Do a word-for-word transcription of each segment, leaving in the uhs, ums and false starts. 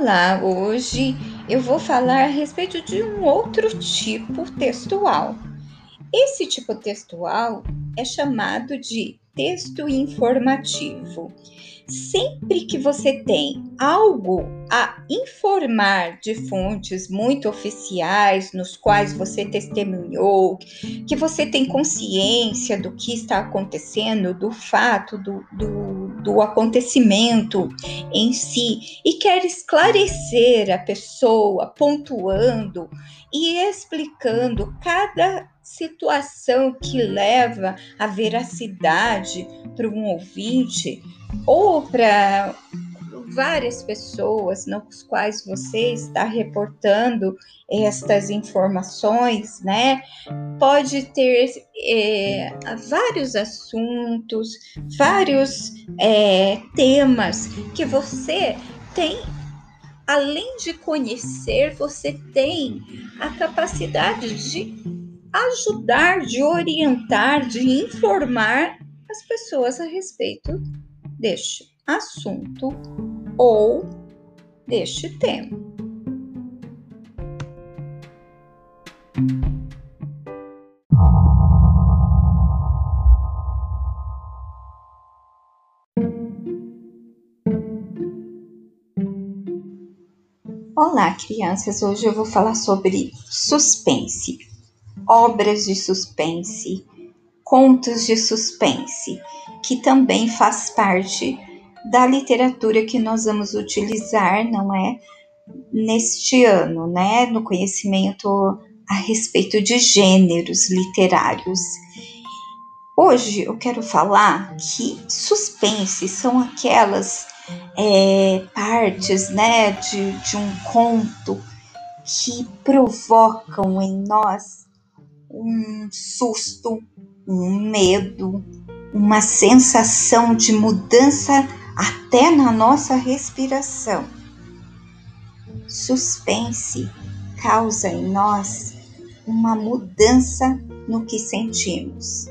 Olá, hoje eu vou falar a respeito de um outro tipo textual. Esse tipo textual é chamado de texto informativo. Sempre que você tem algo a informar de fontes muito oficiais, nos quais você testemunhou, que você tem consciência do que está acontecendo, do fato, do, do, do acontecimento em si, e quer esclarecer a pessoa, pontuando e explicando cada situação que leva à veracidade para um ouvinte ou para várias pessoas nos quais você está reportando estas informações, né? Pode ter é, vários assuntos, vários é, temas que você tem. Além de conhecer, você tem a capacidade de ajudar, de orientar, de informar as pessoas a respeito deste assunto ou deste tema. Olá, crianças! Hoje eu vou falar sobre suspense, obras de suspense, contos de suspense, que também faz parte da literatura que nós vamos utilizar, não é? Neste ano, né? No conhecimento a respeito de gêneros literários. Hoje eu quero falar que suspense são aquelas é, partes, né, de, de um conto que provocam em nós um susto, um medo, uma sensação de mudança até na nossa respiração. Suspense causa em nós uma mudança no que sentimos.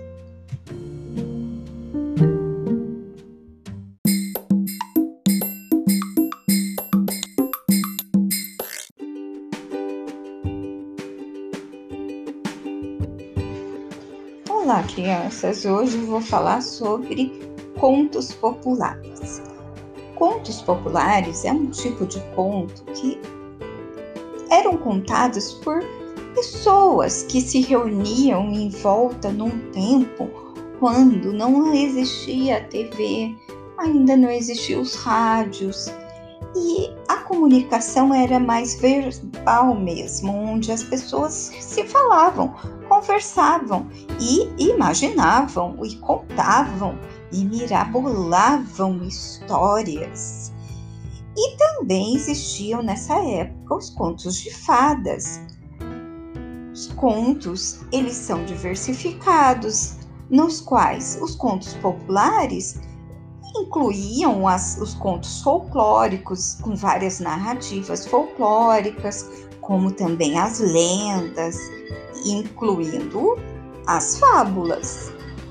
Olá, crianças! Hoje eu vou falar sobre contos populares. Contos populares é um tipo de conto que eram contados por pessoas que se reuniam em volta num tempo quando não existia a T V, ainda não existiam os rádios, e a comunicação era mais verbal mesmo, onde as pessoas se falavam, conversavam e imaginavam e contavam e mirabolavam histórias. E também existiam nessa época os contos de fadas. Os contos, eles são diversificados, nos quais os contos populares incluíam as, os contos folclóricos, com várias narrativas folclóricas, como também as lendas, incluindo as fábulas.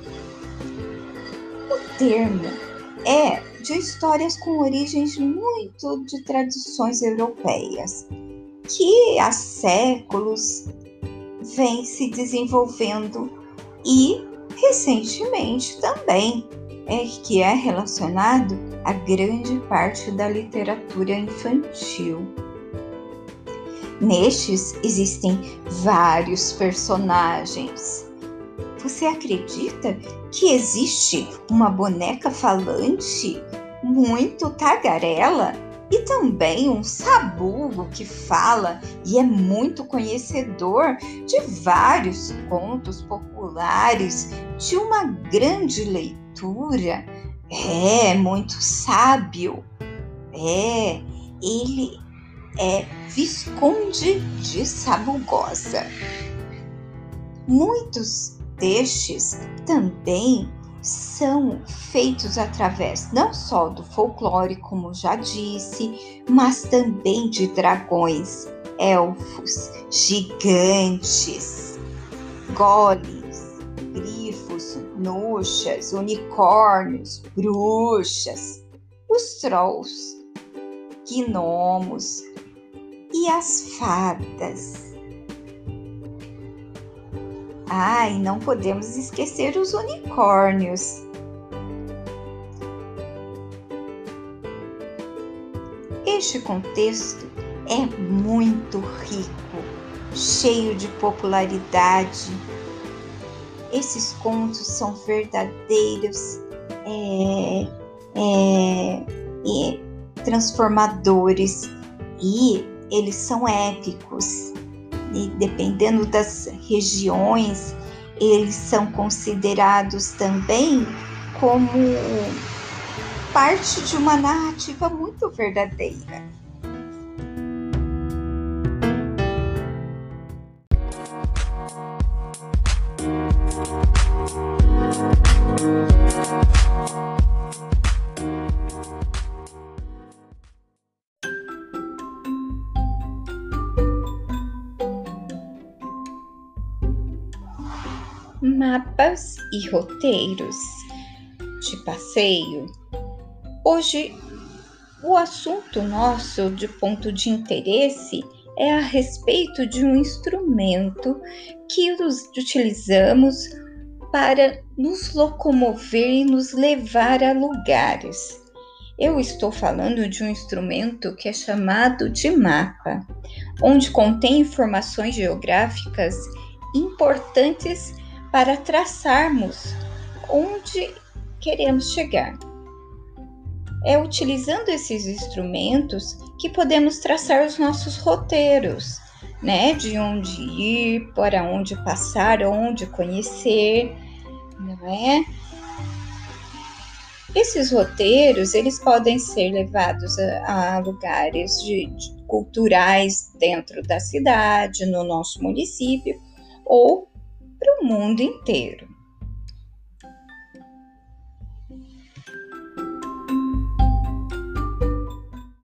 O termo é de histórias com origens muito de tradições europeias, que há séculos vem se desenvolvendo e recentemente também é que é relacionado a grande parte da literatura infantil. Nestes existem vários personagens. Você acredita que existe uma boneca falante muito tagarela e também um sabugo que fala e é muito conhecedor de vários contos populares, de uma grande leitura? É muito sábio. É, ele é Visconde de Sabugosa. Muitos destes também são feitos através não só do folclore, como já disse, mas também de dragões, elfos, gigantes, golems, grifos, nuxas, unicórnios, bruxas, os trolls, gnomos e as fadas. Ah, e não podemos esquecer os unicórnios. Este contexto é muito rico, cheio de popularidade. Esses contos são verdadeiros é, é, é, transformadores e eles são épicos. E dependendo das regiões, eles são considerados também como parte de uma narrativa muito verdadeira. Mapas e roteiros de passeio. Hoje, o assunto nosso de ponto de interesse é a respeito de um instrumento que utilizamos para nos locomover e nos levar a lugares. Eu estou falando de um instrumento que é chamado de mapa, onde contém informações geográficas importantes para traçarmos onde queremos chegar. É utilizando esses instrumentos que podemos traçar os nossos roteiros, né? De onde ir, para onde passar, onde conhecer, não é? Esses roteiros, eles podem ser levados a, a lugares de, de, culturais dentro da cidade, no nosso município, ou para o mundo inteiro.